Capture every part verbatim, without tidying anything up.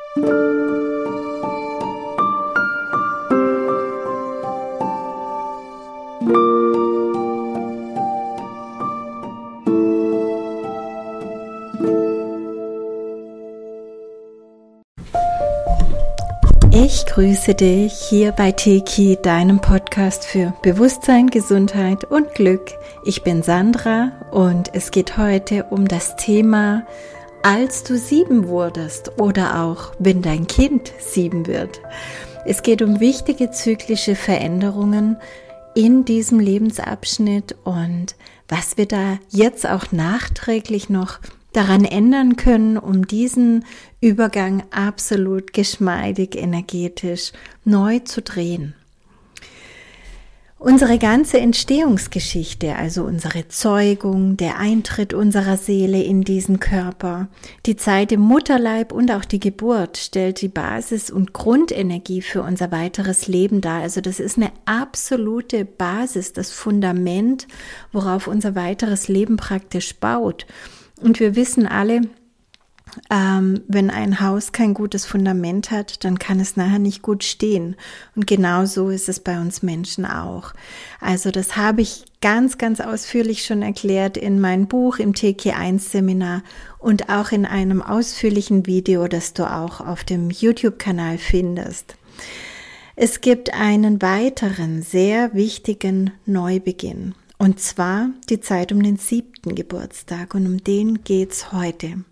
Ich grüße dich hier bei Teki, deinem Podcast für Bewusstsein, Gesundheit und Glück. Ich bin Sandra und es geht heute um das Thema, als du sieben wurdest oder auch wenn dein Kind sieben wird. Es geht um wichtige zyklische Veränderungen in diesem Lebensabschnitt und was wir da jetzt auch nachträglich noch daran ändern können, um diesen Übergang absolut geschmeidig, energetisch neu zu drehen. Unsere ganze Entstehungsgeschichte, also unsere Zeugung, der Eintritt unserer Seele in diesen Körper, die Zeit im Mutterleib und auch die Geburt stellt die Basis und Grundenergie für unser weiteres Leben dar. Also das ist eine absolute Basis, das Fundament, worauf unser weiteres Leben praktisch baut. Und wir wissen alle, ähm, wenn ein Haus kein gutes Fundament hat, dann kann es nachher nicht gut stehen. Und genau so ist es bei uns Menschen auch. Also das habe ich ganz, ganz ausführlich schon erklärt in meinem Buch, im T K eins Seminar und auch in einem ausführlichen Video, das du auch auf dem YouTube-Kanal findest. Es gibt einen weiteren sehr wichtigen Neubeginn. Und zwar die Zeit um den siebten Geburtstag und um den geht's heute.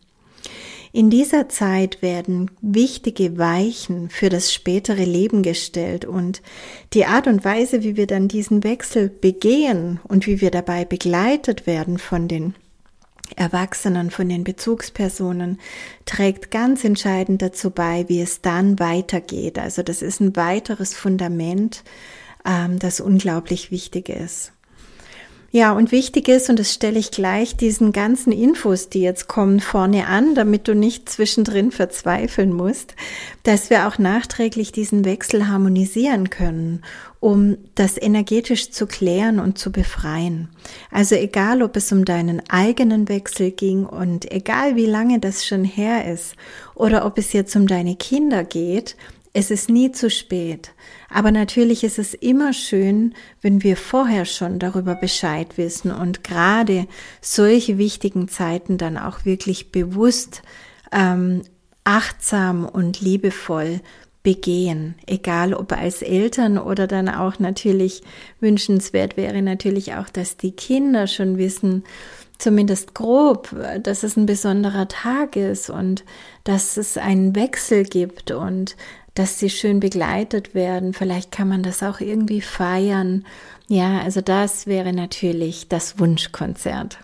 In dieser Zeit werden wichtige Weichen für das spätere Leben gestellt und die Art und Weise, wie wir dann diesen Wechsel begehen und wie wir dabei begleitet werden von den Erwachsenen, von den Bezugspersonen, trägt ganz entscheidend dazu bei, wie es dann weitergeht. Also das ist ein weiteres Fundament, ähm, das unglaublich wichtig ist. Ja, und wichtig ist, und das stelle ich gleich diesen ganzen Infos, die jetzt kommen, vorne an, damit du nicht zwischendrin verzweifeln musst, dass wir auch nachträglich diesen Wechsel harmonisieren können, um das energetisch zu klären und zu befreien. Also egal, ob es um deinen eigenen Wechsel ging und egal, wie lange das schon her ist oder ob es jetzt um deine Kinder geht, es ist nie zu spät. Aber natürlich ist es immer schön, wenn wir vorher schon darüber Bescheid wissen und gerade solche wichtigen Zeiten dann auch wirklich bewusst, ähm, achtsam und liebevoll begehen. Egal ob als Eltern oder dann auch natürlich wünschenswert wäre natürlich auch, dass die Kinder schon wissen, zumindest grob, dass es ein besonderer Tag ist und dass es einen Wechsel gibt und dass sie schön begleitet werden. Vielleicht kann man das auch irgendwie feiern. Ja, also das wäre natürlich das Wunschkonzert.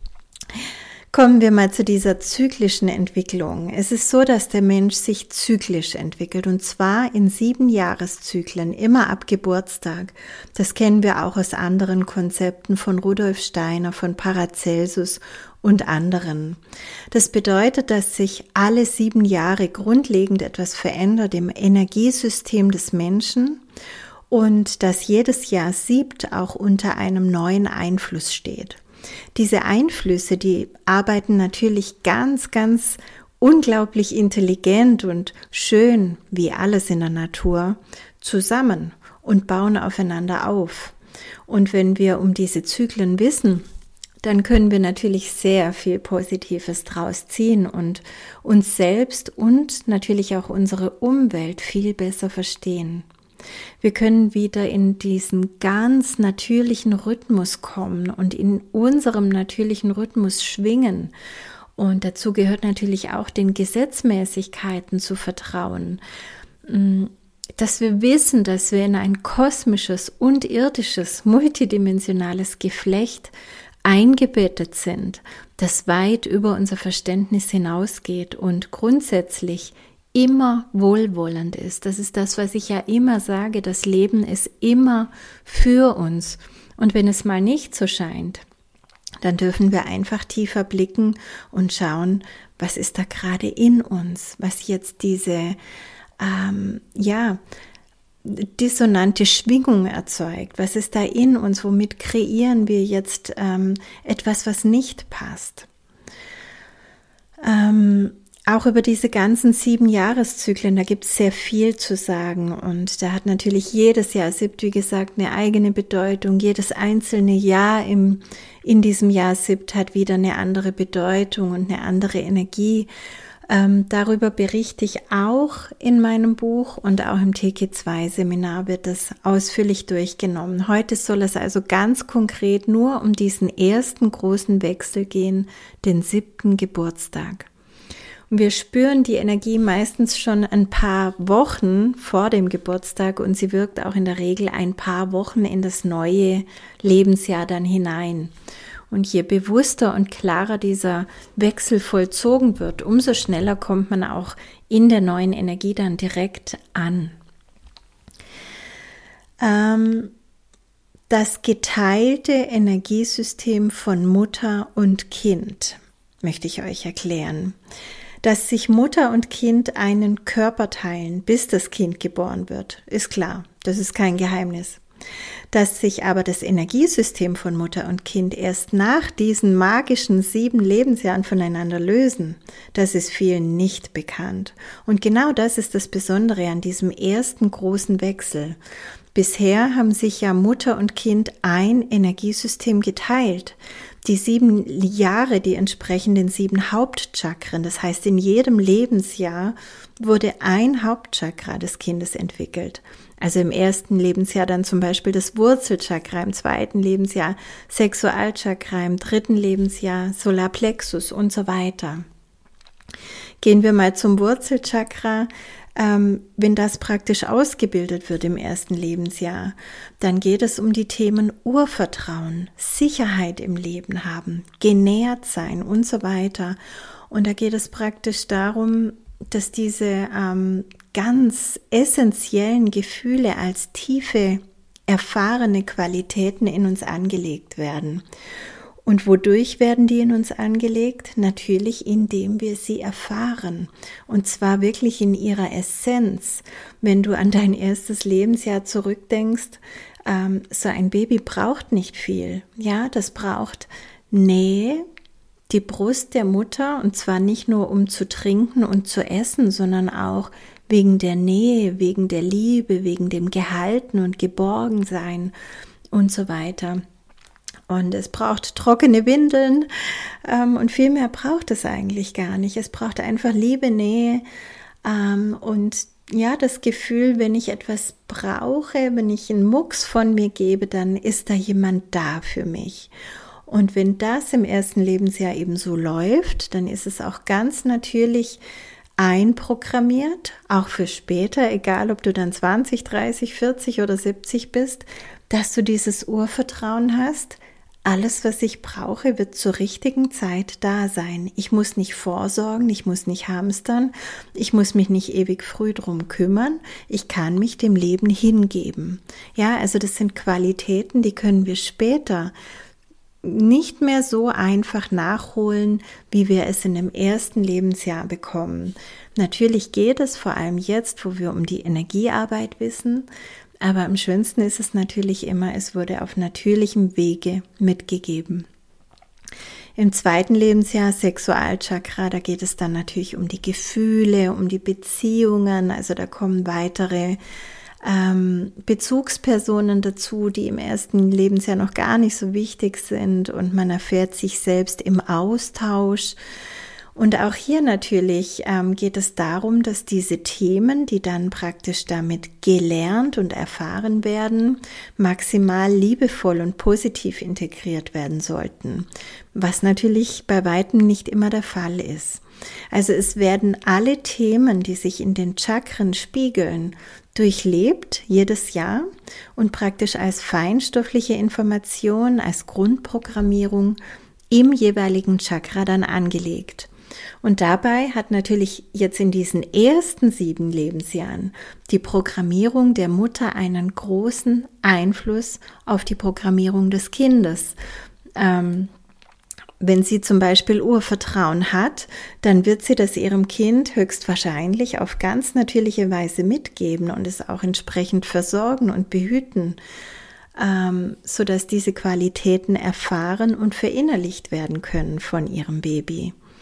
Kommen wir mal zu dieser zyklischen Entwicklung. Es ist so, dass der Mensch sich zyklisch entwickelt und zwar in sieben Jahreszyklen, immer ab Geburtstag. Das kennen wir auch aus anderen Konzepten von Rudolf Steiner, von Paracelsus und anderen. Das bedeutet, dass sich alle sieben Jahre grundlegend etwas verändert im Energiesystem des Menschen und dass jedes Jahr siebt auch unter einem neuen Einfluss steht. Diese Einflüsse, die arbeiten natürlich ganz, ganz unglaublich intelligent und schön, wie alles in der Natur, zusammen und bauen aufeinander auf. Und wenn wir um diese Zyklen wissen, dann können wir natürlich sehr viel Positives draus ziehen und uns selbst und natürlich auch unsere Umwelt viel besser verstehen. Wir können wieder in diesen ganz natürlichen Rhythmus kommen und in unserem natürlichen Rhythmus schwingen. Und dazu gehört natürlich auch den Gesetzmäßigkeiten zu vertrauen, dass wir wissen, dass wir in ein kosmisches und irdisches, multidimensionales Geflecht eingebettet sind, das weit über unser Verständnis hinausgeht und grundsätzlich immer wohlwollend ist. Das ist das, was ich ja immer sage, das Leben ist immer für uns. Und wenn es mal nicht so scheint, dann dürfen wir einfach tiefer blicken und schauen, was ist da gerade in uns, was jetzt diese, ähm, ja, dissonante Schwingung erzeugt. Was ist da in uns? Womit kreieren wir jetzt ähm, etwas, was nicht passt? Ähm, Auch über diese ganzen sieben Jahreszyklen, da gibt es sehr viel zu sagen und da hat natürlich jedes Jahr Siebt, wie gesagt, eine eigene Bedeutung. Jedes einzelne Jahr im, in diesem Jahr Siebt hat wieder eine andere Bedeutung und eine andere Energie. Ähm, darüber berichte ich auch in meinem Buch und auch im T K zwei Seminar wird das ausführlich durchgenommen. Heute soll es also ganz konkret nur um diesen ersten großen Wechsel gehen, den siebten Geburtstag. Und wir spüren die Energie meistens schon ein paar Wochen vor dem Geburtstag und sie wirkt auch in der Regel ein paar Wochen in das neue Lebensjahr dann hinein. Und je bewusster und klarer dieser Wechsel vollzogen wird, umso schneller kommt man auch in der neuen Energie dann direkt an. Ähm, das geteilte Energiesystem von Mutter und Kind möchte ich euch erklären. Dass sich Mutter und Kind einen Körper teilen, bis das Kind geboren wird, ist klar, das ist kein Geheimnis. Dass sich aber das Energiesystem von Mutter und Kind erst nach diesen magischen sieben Lebensjahren voneinander lösen, das ist vielen nicht bekannt. Und genau das ist das Besondere an diesem ersten großen Wechsel. Bisher haben sich ja Mutter und Kind ein Energiesystem geteilt. Die sieben Jahre, die entsprechen den sieben Hauptchakren. Das heißt, in jedem Lebensjahr wurde ein Hauptchakra des Kindes entwickelt. Also im ersten Lebensjahr dann zum Beispiel das Wurzelchakra, im zweiten Lebensjahr Sexualchakra, im dritten Lebensjahr Solarplexus und so weiter. Gehen wir mal zum Wurzelchakra. Ähm, wenn das praktisch ausgebildet wird im ersten Lebensjahr, dann geht es um die Themen Urvertrauen, Sicherheit im Leben haben, genährt sein und so weiter. Und da geht es praktisch darum, dass diese ähm, ganz essentiellen Gefühle als tiefe, erfahrene Qualitäten in uns angelegt werden. Und wodurch werden die in uns angelegt? Natürlich, indem wir sie erfahren. Und zwar wirklich in ihrer Essenz. Wenn du an dein erstes Lebensjahr zurückdenkst, ähm, so ein Baby braucht nicht viel. Ja, das braucht Nähe, die Brust der Mutter, und zwar nicht nur um zu trinken und zu essen, sondern auch wegen der Nähe, wegen der Liebe, wegen dem Gehalten und Geborgensein und so weiter. Und es braucht trockene Windeln ähm, und viel mehr braucht es eigentlich gar nicht. Es braucht einfach Liebe, Nähe ähm, und ja, das Gefühl, wenn ich etwas brauche, wenn ich einen Mucks von mir gebe, dann ist da jemand da für mich. Und wenn das im ersten Lebensjahr eben so läuft, dann ist es auch ganz natürlich einprogrammiert, auch für später, egal ob du dann zwanzig, dreißig, vierzig oder siebzig bist, dass du dieses Urvertrauen hast. Alles, was ich brauche, wird zur richtigen Zeit da sein. Ich muss nicht vorsorgen, ich muss nicht hamstern, ich muss mich nicht ewig früh drum kümmern. Ich kann mich dem Leben hingeben. Ja, also das sind Qualitäten, die können wir später nicht mehr so einfach nachholen, wie wir es in dem ersten Lebensjahr bekommen. Natürlich geht es vor allem jetzt, wo wir um die Energiearbeit wissen, aber am schönsten ist es natürlich immer, es wurde auf natürlichem Wege mitgegeben. Im zweiten Lebensjahr Sexualchakra, da geht es dann natürlich um die Gefühle, um die Beziehungen, also da kommen weitere ähm, Bezugspersonen dazu, die im ersten Lebensjahr noch gar nicht so wichtig sind und man erfährt sich selbst im Austausch. Und auch hier natürlich ähm, geht es darum, dass diese Themen, die dann praktisch damit gelernt und erfahren werden, maximal liebevoll und positiv integriert werden sollten, was natürlich bei weitem nicht immer der Fall ist. Also es werden alle Themen, die sich in den Chakren spiegeln, durchlebt jedes Jahr und praktisch als feinstoffliche Information, als Grundprogrammierung im jeweiligen Chakra dann angelegt. Und dabei hat natürlich jetzt in diesen ersten sieben Lebensjahren die Programmierung der Mutter einen großen Einfluss auf die Programmierung des Kindes. Ähm, wenn sie zum Beispiel Urvertrauen hat, dann wird sie das ihrem Kind höchstwahrscheinlich auf ganz natürliche Weise mitgeben und es auch entsprechend versorgen und behüten, ähm, sodass diese Qualitäten erfahren und verinnerlicht werden können von ihrem Baby.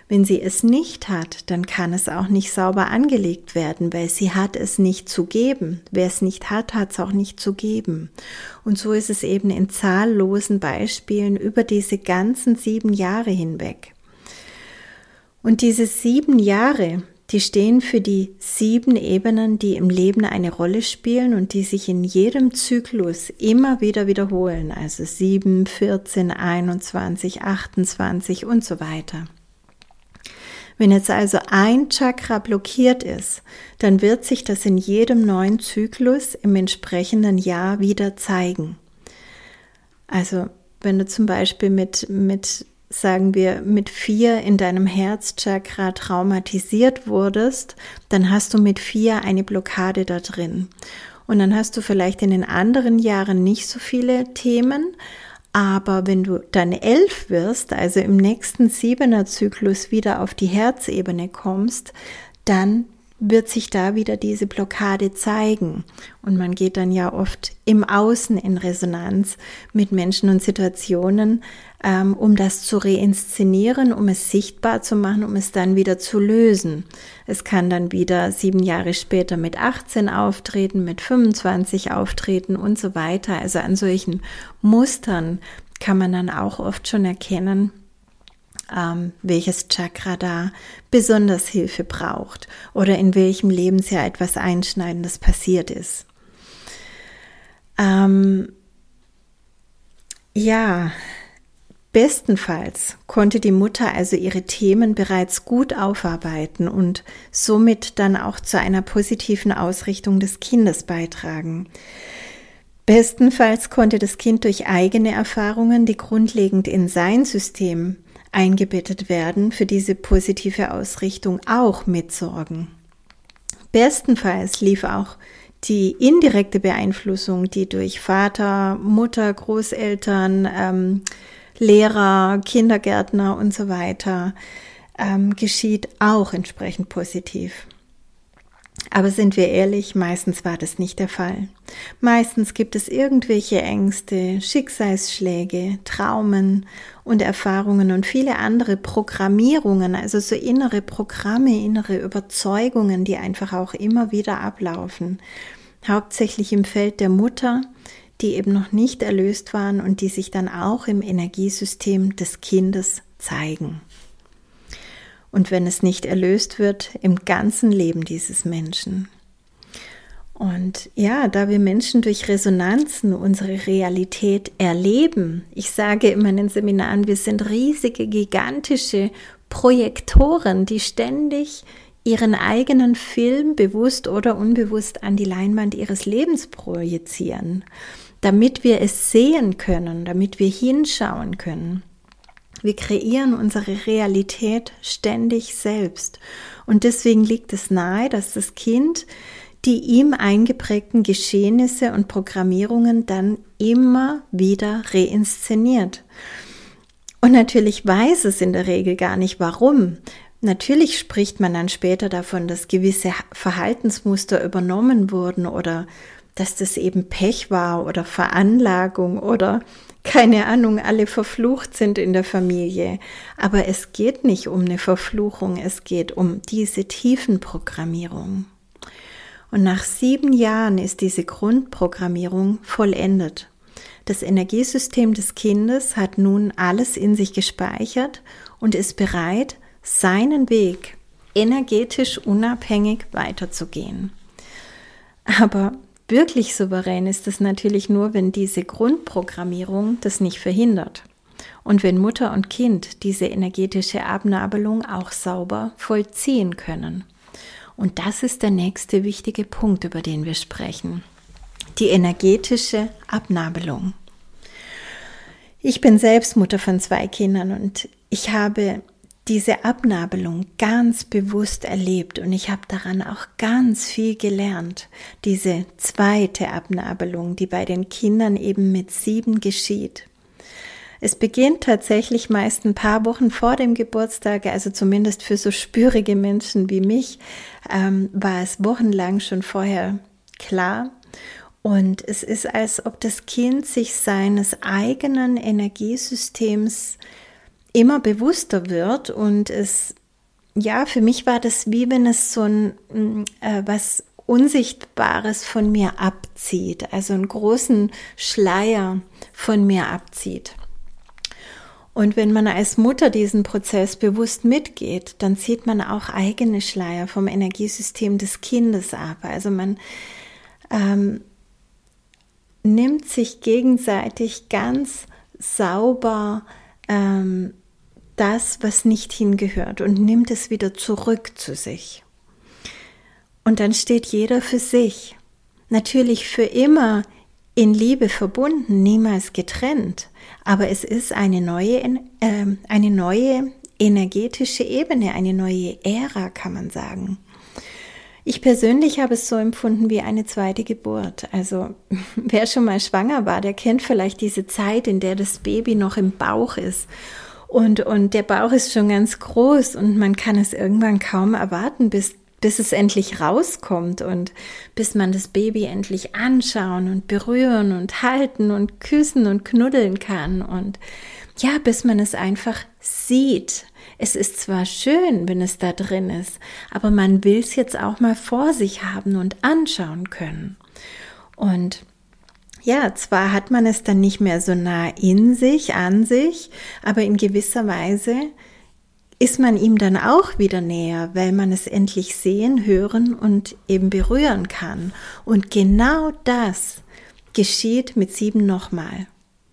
Wenn sie es nicht hat, dann kann es auch nicht sauber angelegt werden, weil sie hat es nicht zu geben. Wer es nicht hat, hat es auch nicht zu geben. Und so ist es eben in zahllosen Beispielen über diese ganzen sieben Jahre hinweg. Und diese sieben Jahre, die stehen für die sieben Ebenen, die im Leben eine Rolle spielen und die sich in jedem Zyklus immer wieder wiederholen. Also sieben, vierzehn, einundzwanzig, achtundzwanzig und so weiter. Wenn jetzt also ein Chakra blockiert ist, dann wird sich das in jedem neuen Zyklus im entsprechenden Jahr wieder zeigen. Also wenn du zum Beispiel mit, mit sagen wir, mit vier in deinem Herzchakra traumatisiert wurdest, dann hast du mit vier eine Blockade da drin. Und dann hast du vielleicht in den anderen Jahren nicht so viele Themen, aber wenn du dann elf wirst, also im nächsten siebener Zyklus wieder auf die Herzebene kommst, dann wird sich da wieder diese Blockade zeigen. Und man geht dann ja oft im Außen in Resonanz mit Menschen und Situationen, ähm, um das zu reinszenieren, um es sichtbar zu machen, um es dann wieder zu lösen. Es kann dann wieder sieben Jahre später mit achtzehn auftreten, mit fünfundzwanzig auftreten und so weiter. Also an solchen Mustern kann man dann auch oft schon erkennen, Ähm, welches Chakra da besonders Hilfe braucht oder in welchem Lebensjahr etwas Einschneidendes passiert ist. Ähm, ja, bestenfalls konnte die Mutter also ihre Themen bereits gut aufarbeiten und somit dann auch zu einer positiven Ausrichtung des Kindes beitragen. Bestenfalls konnte das Kind durch eigene Erfahrungen, die grundlegend in sein System eingebettet werden, für diese positive Ausrichtung auch mitsorgen. Bestenfalls lief auch die indirekte Beeinflussung, die durch Vater, Mutter, Großeltern, ähm, Lehrer, Kindergärtner und so weiter ähm, geschieht, auch entsprechend positiv. Aber sind wir ehrlich, meistens war das nicht der Fall. Meistens gibt es irgendwelche Ängste, Schicksalsschläge, Traumen und Erfahrungen und viele andere Programmierungen, also so innere Programme, innere Überzeugungen, die einfach auch immer wieder ablaufen. Hauptsächlich im Feld der Mutter, die eben noch nicht erlöst waren und die sich dann auch im Energiesystem des Kindes zeigen. Und wenn es nicht erlöst wird, im ganzen Leben dieses Menschen. Und ja, da wir Menschen durch Resonanzen unsere Realität erleben, ich sage in meinen Seminaren, wir sind riesige, gigantische Projektoren, die ständig ihren eigenen Film bewusst oder unbewusst an die Leinwand ihres Lebens projizieren, damit wir es sehen können, damit wir hinschauen können. Wir kreieren unsere Realität ständig selbst und deswegen liegt es nahe, dass das Kind die ihm eingeprägten Geschehnisse und Programmierungen dann immer wieder reinszeniert. Und natürlich weiß es in der Regel gar nicht, warum. Natürlich spricht man dann später davon, dass gewisse Verhaltensmuster übernommen wurden oder dass das eben Pech war oder Veranlagung oder keine Ahnung, alle verflucht sind in der Familie. Aber es geht nicht um eine Verfluchung, es geht um diese Tiefenprogrammierung. Und nach sieben Jahren ist diese Grundprogrammierung vollendet. Das Energiesystem des Kindes hat nun alles in sich gespeichert und ist bereit, seinen Weg energetisch unabhängig weiterzugehen. Aber wirklich souverän ist es natürlich nur, wenn diese Grundprogrammierung das nicht verhindert und wenn Mutter und Kind diese energetische Abnabelung auch sauber vollziehen können. Und das ist der nächste wichtige Punkt, über den wir sprechen. Die energetische Abnabelung. Ich bin selbst Mutter von zwei Kindern und ich habe diese Abnabelung ganz bewusst erlebt und ich habe daran auch ganz viel gelernt. Diese zweite Abnabelung, die bei den Kindern eben mit sieben geschieht. Es beginnt tatsächlich meist ein paar Wochen vor dem Geburtstag, also zumindest für so spürige Menschen wie mich, ähm, war es wochenlang schon vorher klar. Und es ist, als ob das Kind sich seines eigenen Energiesystems immer bewusster wird und es ja, für mich war das wie wenn es so ein äh, was Unsichtbares von mir abzieht, also einen großen Schleier von mir abzieht. Und wenn man als Mutter diesen Prozess bewusst mitgeht, dann zieht man auch eigene Schleier vom Energiesystem des Kindes ab. Also man ähm, nimmt sich gegenseitig ganz sauber ähm, das, was nicht hingehört, und nimmt es wieder zurück zu sich. Und dann steht jeder für sich. Natürlich für immer in Liebe verbunden, niemals getrennt. Aber es ist eine neue, äh, eine neue energetische Ebene, eine neue Ära, kann man sagen. Ich persönlich habe es so empfunden wie eine zweite Geburt. Also wer schon mal schwanger war, der kennt vielleicht diese Zeit, in der das Baby noch im Bauch ist. Und, und der Bauch ist schon ganz groß und man kann es irgendwann kaum erwarten, bis, bis es endlich rauskommt und bis man das Baby endlich anschauen und berühren und halten und küssen und knuddeln kann. Und ja, bis man es einfach sieht. Es ist zwar schön, wenn es da drin ist, aber man will es jetzt auch mal vor sich haben und anschauen können. Und ja, zwar hat man es dann nicht mehr so nah in sich, an sich, aber in gewisser Weise ist man ihm dann auch wieder näher, weil man es endlich sehen, hören und eben berühren kann. Und genau das geschieht mit sieben nochmal.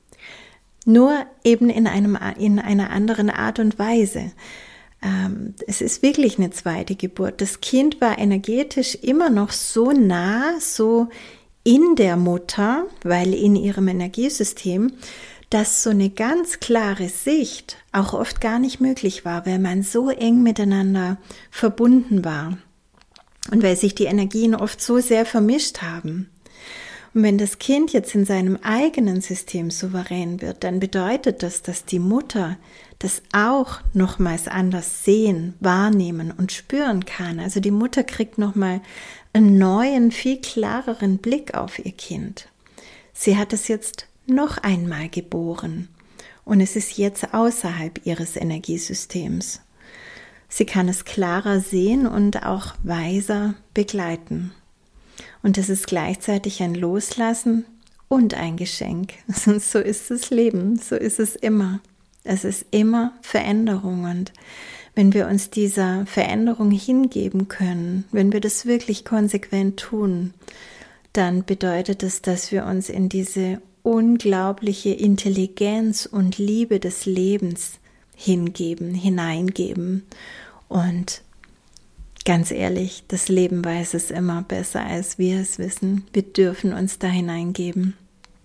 Nur eben in, einem, in einer anderen Art und Weise. Ähm, es ist wirklich eine zweite Geburt. Das Kind war energetisch immer noch so nah, so in der Mutter, weil in ihrem Energiesystem, dass so eine ganz klare Sicht auch oft gar nicht möglich war, weil man so eng miteinander verbunden war und weil sich die Energien oft so sehr vermischt haben. Und wenn das Kind jetzt in seinem eigenen System souverän wird, dann bedeutet das, dass die Mutter das auch nochmals anders sehen, wahrnehmen und spüren kann. Also die Mutter kriegt nochmal einen neuen, viel klareren Blick auf ihr Kind. Sie hat es jetzt noch einmal geboren und es ist jetzt außerhalb ihres Energiesystems. Sie kann es klarer sehen und auch weiser begleiten. Und es ist gleichzeitig ein Loslassen und ein Geschenk. So ist das Leben, so ist es immer. Es ist immer Veränderung, und wenn wir uns dieser Veränderung hingeben können, wenn wir das wirklich konsequent tun, dann bedeutet es, dass wir uns in diese unglaubliche Intelligenz und Liebe des Lebens hingeben, hineingeben. Und ganz ehrlich, das Leben weiß es immer besser, als wir es wissen. Wir dürfen uns da hineingeben.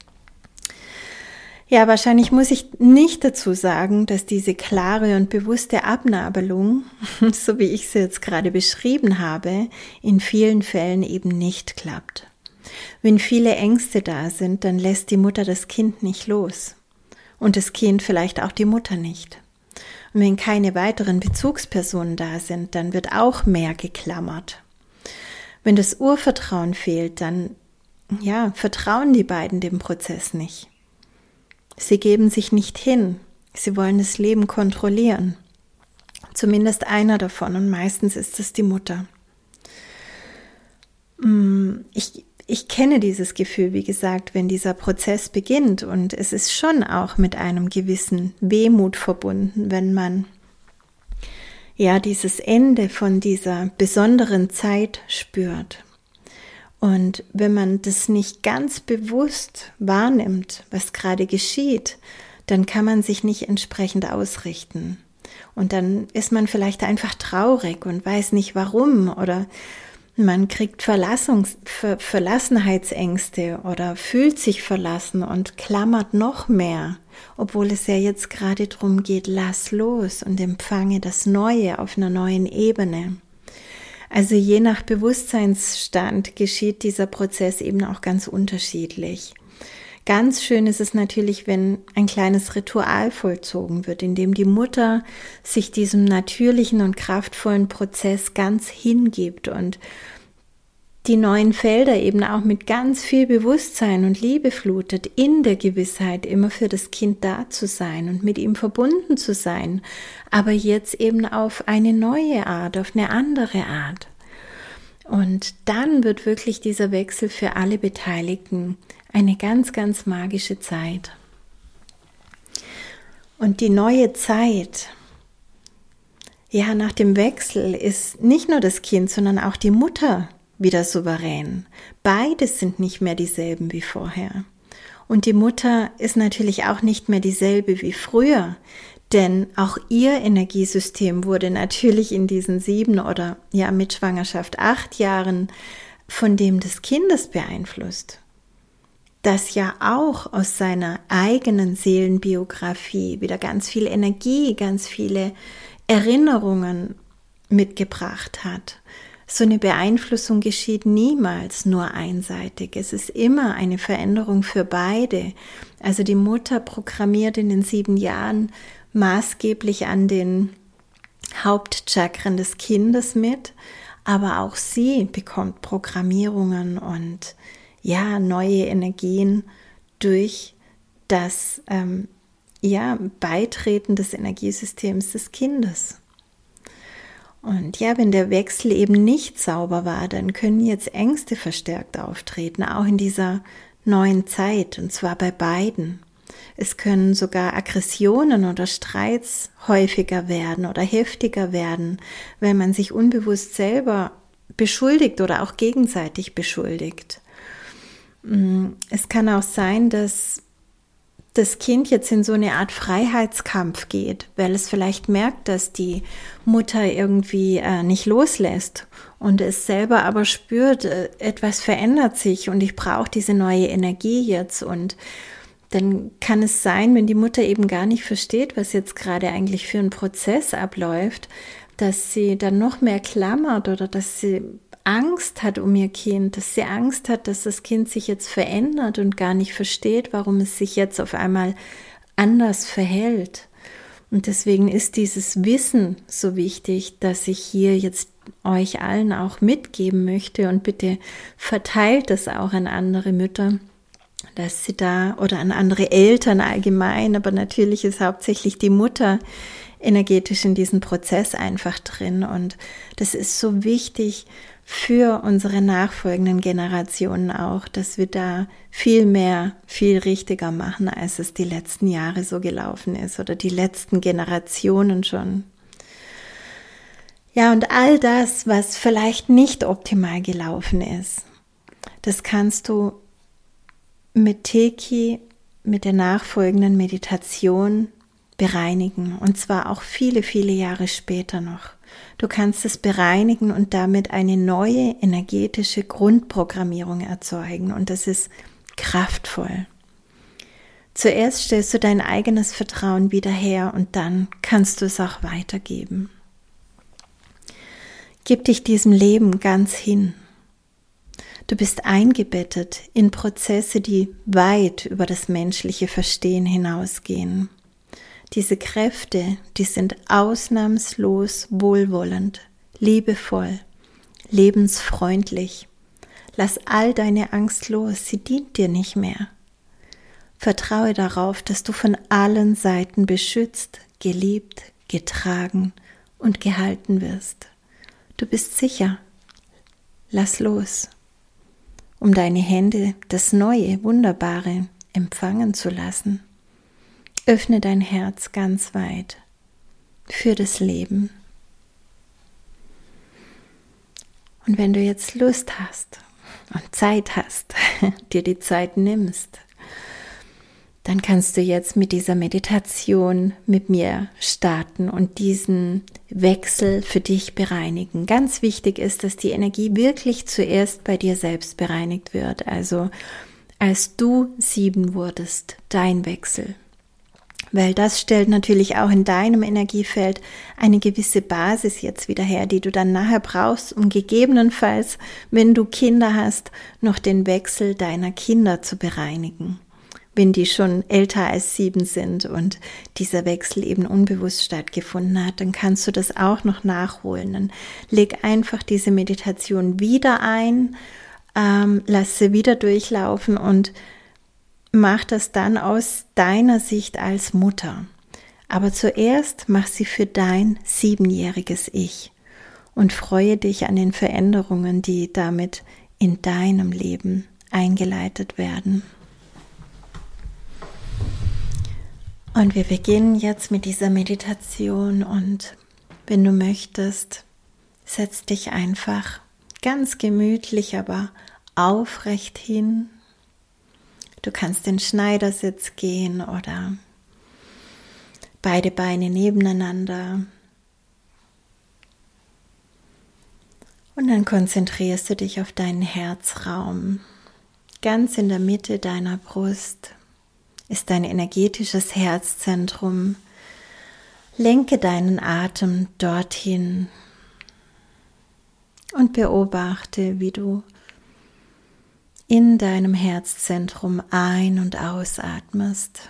Ja, wahrscheinlich muss ich nicht dazu sagen, dass diese klare und bewusste Abnabelung, so wie ich sie jetzt gerade beschrieben habe, in vielen Fällen eben nicht klappt. Wenn viele Ängste da sind, dann lässt die Mutter das Kind nicht los und das Kind vielleicht auch die Mutter nicht. Und wenn keine weiteren Bezugspersonen da sind, dann wird auch mehr geklammert. Wenn das Urvertrauen fehlt, dann ja, vertrauen die beiden dem Prozess nicht. Sie geben sich nicht hin. Sie wollen das Leben kontrollieren. Zumindest einer davon, und meistens ist es die Mutter. Ich, ich kenne dieses Gefühl, wie gesagt, wenn dieser Prozess beginnt, und es ist schon auch mit einem gewissen Wehmut verbunden, wenn man ja dieses Ende von dieser besonderen Zeit spürt. Und wenn man das nicht ganz bewusst wahrnimmt, was gerade geschieht, dann kann man sich nicht entsprechend ausrichten. Und dann ist man vielleicht einfach traurig und weiß nicht warum, oder man kriegt Verlassungs- Ver- Verlassenheitsängste oder fühlt sich verlassen und klammert noch mehr, obwohl es ja jetzt gerade darum geht, lass los und empfange das Neue auf einer neuen Ebene. Also je nach Bewusstseinsstand geschieht dieser Prozess eben auch ganz unterschiedlich. Ganz schön ist es natürlich, wenn ein kleines Ritual vollzogen wird, in dem die Mutter sich diesem natürlichen und kraftvollen Prozess ganz hingibt und die neuen Felder eben auch mit ganz viel Bewusstsein und Liebe flutet, in der Gewissheit, immer für das Kind da zu sein und mit ihm verbunden zu sein, aber jetzt eben auf eine neue Art, auf eine andere Art. Und dann wird wirklich dieser Wechsel für alle Beteiligten eine ganz, ganz magische Zeit. Und die neue Zeit, ja, nach dem Wechsel ist nicht nur das Kind, sondern auch die Mutter wieder souverän. Beide sind nicht mehr dieselben wie vorher. Und die Mutter ist natürlich auch nicht mehr dieselbe wie früher, denn auch ihr Energiesystem wurde natürlich in diesen sieben oder ja mit Schwangerschaft acht Jahren von dem des Kindes beeinflusst, das ja auch aus seiner eigenen Seelenbiografie wieder ganz viel Energie, ganz viele Erinnerungen mitgebracht hat. So eine Beeinflussung geschieht niemals nur einseitig. Es ist immer eine Veränderung für beide. Also die Mutter programmiert in den sieben Jahren maßgeblich an den Hauptchakren des Kindes mit, aber auch sie bekommt Programmierungen und ja, neue Energien durch das ähm, ja, Beitreten des Energiesystems des Kindes. Und ja, wenn der Wechsel eben nicht sauber war, dann können jetzt Ängste verstärkt auftreten, auch in dieser neuen Zeit, und zwar bei beiden. Es können sogar Aggressionen oder Streits häufiger werden oder heftiger werden, weil man sich unbewusst selber beschuldigt oder auch gegenseitig beschuldigt. Es kann auch sein, dass das Kind jetzt in so eine Art Freiheitskampf geht, weil es vielleicht merkt, dass die Mutter irgendwie äh, nicht loslässt und es selber aber spürt, äh, etwas verändert sich und ich brauche diese neue Energie jetzt. Und dann kann es sein, wenn die Mutter eben gar nicht versteht, was jetzt gerade eigentlich für ein Prozess abläuft, dass sie dann noch mehr klammert oder dass sie Angst hat um ihr Kind, dass sie Angst hat, dass das Kind sich jetzt verändert und gar nicht versteht, warum es sich jetzt auf einmal anders verhält. Und deswegen ist dieses Wissen so wichtig, dass ich hier jetzt euch allen auch mitgeben möchte, und bitte verteilt es auch an andere Mütter, dass sie da, oder an andere Eltern allgemein, aber natürlich ist hauptsächlich die Mutter energetisch in diesem Prozess einfach drin, und das ist so wichtig für unsere nachfolgenden Generationen auch, dass wir da viel mehr, viel richtiger machen, als es die letzten Jahre so gelaufen ist oder die letzten Generationen schon. Ja, und all das, was vielleicht nicht optimal gelaufen ist, das kannst du mit Teki, mit der nachfolgenden Meditation bereinigen, und zwar auch viele, viele Jahre später noch. Du kannst es bereinigen und damit eine neue energetische Grundprogrammierung erzeugen, und das ist kraftvoll. Zuerst stellst du dein eigenes Vertrauen wieder her und dann kannst du es auch weitergeben. Gib dich diesem Leben ganz hin. Du bist eingebettet in Prozesse, die weit über das menschliche Verstehen hinausgehen. Diese Kräfte, die sind ausnahmslos wohlwollend, liebevoll, lebensfreundlich. Lass all deine Angst los, sie dient dir nicht mehr. Vertraue darauf, dass du von allen Seiten beschützt, geliebt, getragen und gehalten wirst. Du bist sicher. Lass los, um deine Hände das Neue, Wunderbare empfangen zu lassen. Öffne dein Herz ganz weit für das Leben. Und wenn du jetzt Lust hast und Zeit hast, dir die Zeit nimmst, dann kannst du jetzt mit dieser Meditation mit mir starten und diesen Wechsel für dich bereinigen. Ganz wichtig ist, dass die Energie wirklich zuerst bei dir selbst bereinigt wird. Also als du sieben wurdest, dein Wechsel. Weil das stellt natürlich auch in deinem Energiefeld eine gewisse Basis jetzt wieder her, die du dann nachher brauchst, um gegebenenfalls, wenn du Kinder hast, noch den Wechsel deiner Kinder zu bereinigen. wenn die schon älter als sieben sind und dieser Wechsel eben unbewusst stattgefunden hat, dann kannst du das auch noch nachholen. Dann leg einfach diese Meditation wieder ein, ähm, lass sie wieder durchlaufen und mach das dann aus deiner Sicht als Mutter. Aber zuerst mach sie für dein siebenjähriges Ich und freue dich an den Veränderungen, die damit in deinem Leben eingeleitet werden. Und wir beginnen jetzt mit dieser Meditation und wenn du möchtest, setz dich einfach ganz gemütlich, aber aufrecht hin. Du kannst in Schneidersitz gehen oder beide Beine nebeneinander. Und dann konzentrierst du dich auf deinen Herzraum. Ganz in der Mitte deiner Brust ist dein energetisches Herzzentrum. Lenke deinen Atem dorthin und beobachte, wie du in deinem Herzzentrum ein- und ausatmest.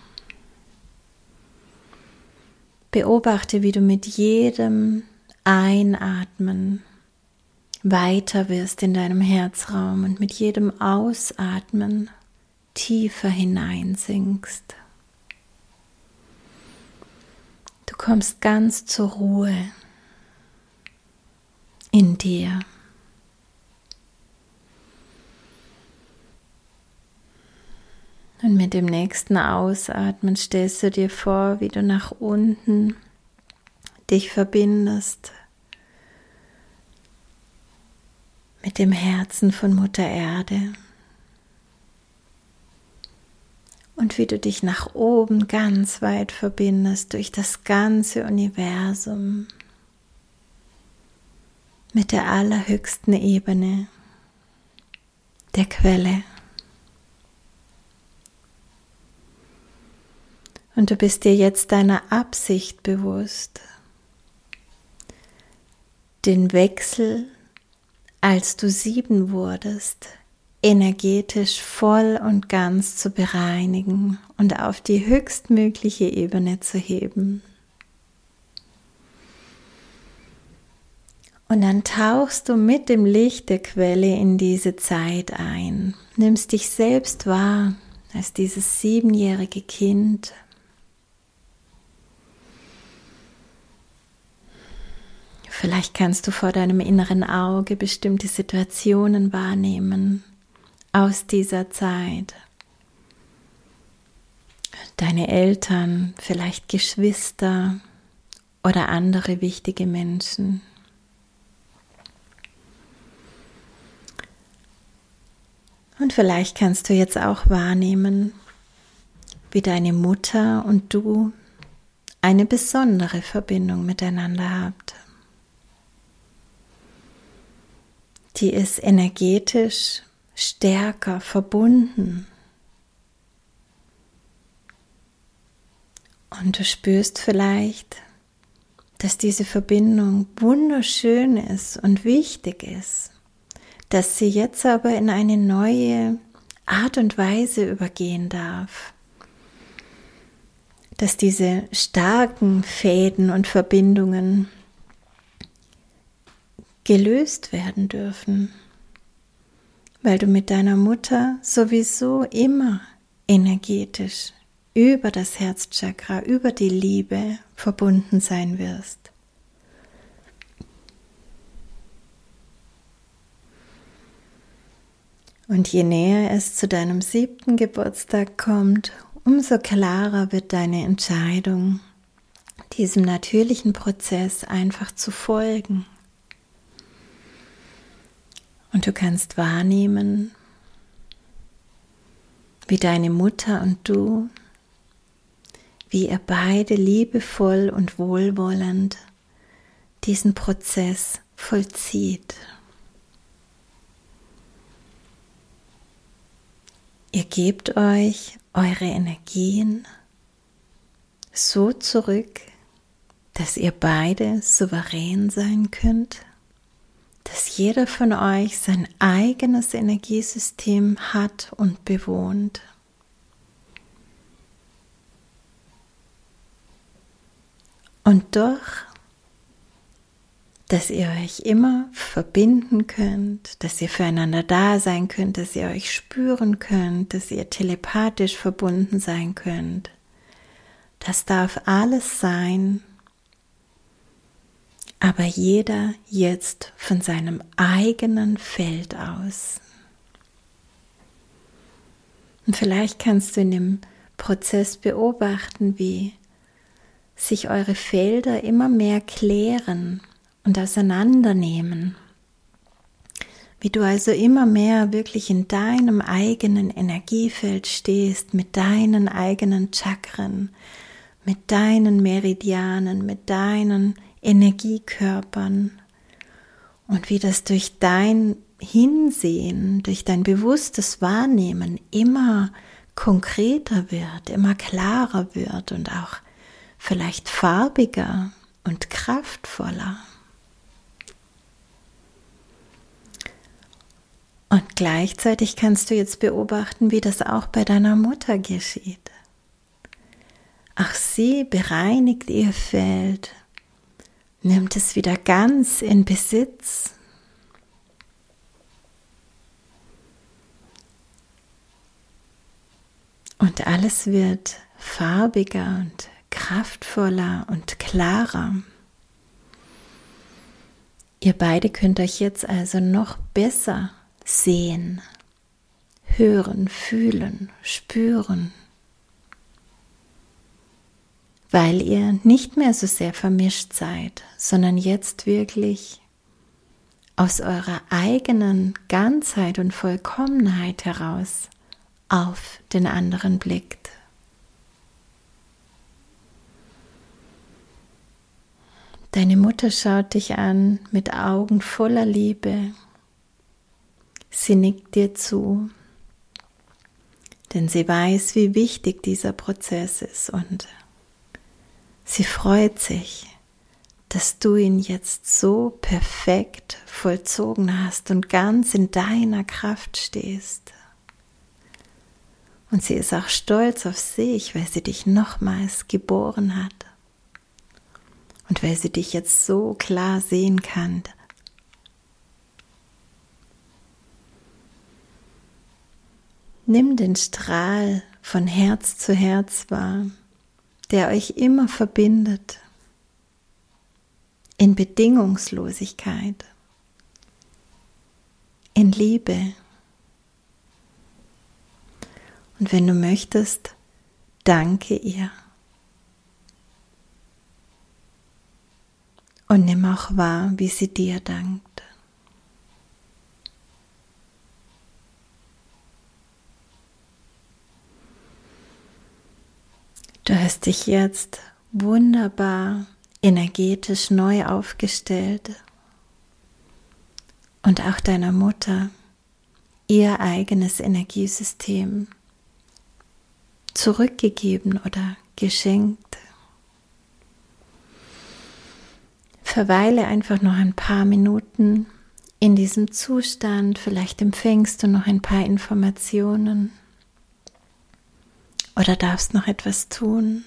Beobachte, wie du mit jedem Einatmen weiter wirst in deinem Herzraum und mit jedem Ausatmen tiefer hineinsinkst. Du kommst ganz zur Ruhe in dir. Und mit dem nächsten Ausatmen stellst du dir vor, wie du nach unten dich verbindest mit dem Herzen von Mutter Erde. Und wie du dich nach oben ganz weit verbindest durch das ganze Universum mit der allerhöchsten Ebene, der Quelle. Und du bist dir jetzt deiner Absicht bewusst, den Wechsel, als du sieben wurdest, energetisch voll und ganz zu bereinigen und auf die höchstmögliche Ebene zu heben. Und dann tauchst du mit dem Licht der Quelle in diese Zeit ein, nimmst dich selbst wahr als dieses siebenjährige Kind. Vielleicht kannst du vor deinem inneren Auge bestimmte Situationen wahrnehmen aus dieser Zeit. Deine Eltern, vielleicht Geschwister oder andere wichtige Menschen. Und vielleicht kannst du jetzt auch wahrnehmen, wie deine Mutter und du eine besondere Verbindung miteinander habt. Die ist energetisch stärker verbunden. Und du spürst vielleicht, dass diese Verbindung wunderschön ist und wichtig ist, dass sie jetzt aber in eine neue Art und Weise übergehen darf. Dass diese starken Fäden und Verbindungen gelöst werden dürfen, weil du mit deiner Mutter sowieso immer energetisch über das Herzchakra, über die Liebe verbunden sein wirst. Und je näher es zu deinem siebten Geburtstag kommt, umso klarer wird deine Entscheidung, diesem natürlichen Prozess einfach zu folgen. Und du kannst wahrnehmen, wie deine Mutter und du, wie ihr beide liebevoll und wohlwollend diesen Prozess vollzieht. Ihr gebt euch eure Energien so zurück, dass ihr beide souverän sein könnt, dass jeder von euch sein eigenes Energiesystem hat und bewohnt. Und doch, dass ihr euch immer verbinden könnt, dass ihr füreinander da sein könnt, dass ihr euch spüren könnt, dass ihr telepathisch verbunden sein könnt. Das darf alles sein, aber jeder jetzt von seinem eigenen Feld aus. Und vielleicht kannst du in dem Prozess beobachten, wie sich eure Felder immer mehr klären und auseinandernehmen. Wie du also immer mehr wirklich in deinem eigenen Energiefeld stehst, mit deinen eigenen Chakren, mit deinen Meridianen, mit deinen Energiekörpern und wie das durch dein Hinsehen, durch dein bewusstes Wahrnehmen immer konkreter wird, immer klarer wird und auch vielleicht farbiger und kraftvoller. Und gleichzeitig kannst du jetzt beobachten, wie das auch bei deiner Mutter geschieht. Auch sie bereinigt ihr Feld, nimmt es wieder ganz in Besitz. Und alles wird farbiger und kraftvoller und klarer. Ihr beide könnt euch jetzt also noch besser sehen, hören, fühlen, spüren, weil ihr nicht mehr so sehr vermischt seid, sondern jetzt wirklich aus eurer eigenen Ganzheit und Vollkommenheit heraus auf den anderen blickt. Deine Mutter schaut dich an mit Augen voller Liebe. Sie nickt dir zu, denn sie weiß, wie wichtig dieser Prozess ist und sie freut sich, dass du ihn jetzt so perfekt vollzogen hast und ganz in deiner Kraft stehst. Und sie ist auch stolz auf sich, weil sie dich nochmals geboren hat und weil sie dich jetzt so klar sehen kann. Nimm den Strahl von Herz zu Herz wahr, der euch immer verbindet, in Bedingungslosigkeit, in Liebe. Und wenn du möchtest, danke ihr. Und nimm auch wahr, wie sie dir dankt. Du hast dich jetzt wunderbar energetisch neu aufgestellt und auch deiner Mutter ihr eigenes Energiesystem zurückgegeben oder geschenkt. Verweile einfach noch ein paar Minuten in diesem Zustand, vielleicht empfängst du noch ein paar Informationen. Oder darfst noch etwas tun?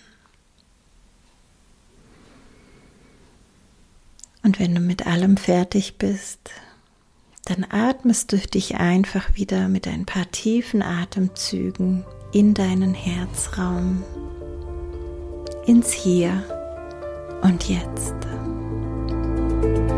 Und wenn du mit allem fertig bist, dann atmest du dich einfach wieder mit ein paar tiefen Atemzügen in deinen Herzraum, ins Hier und Jetzt.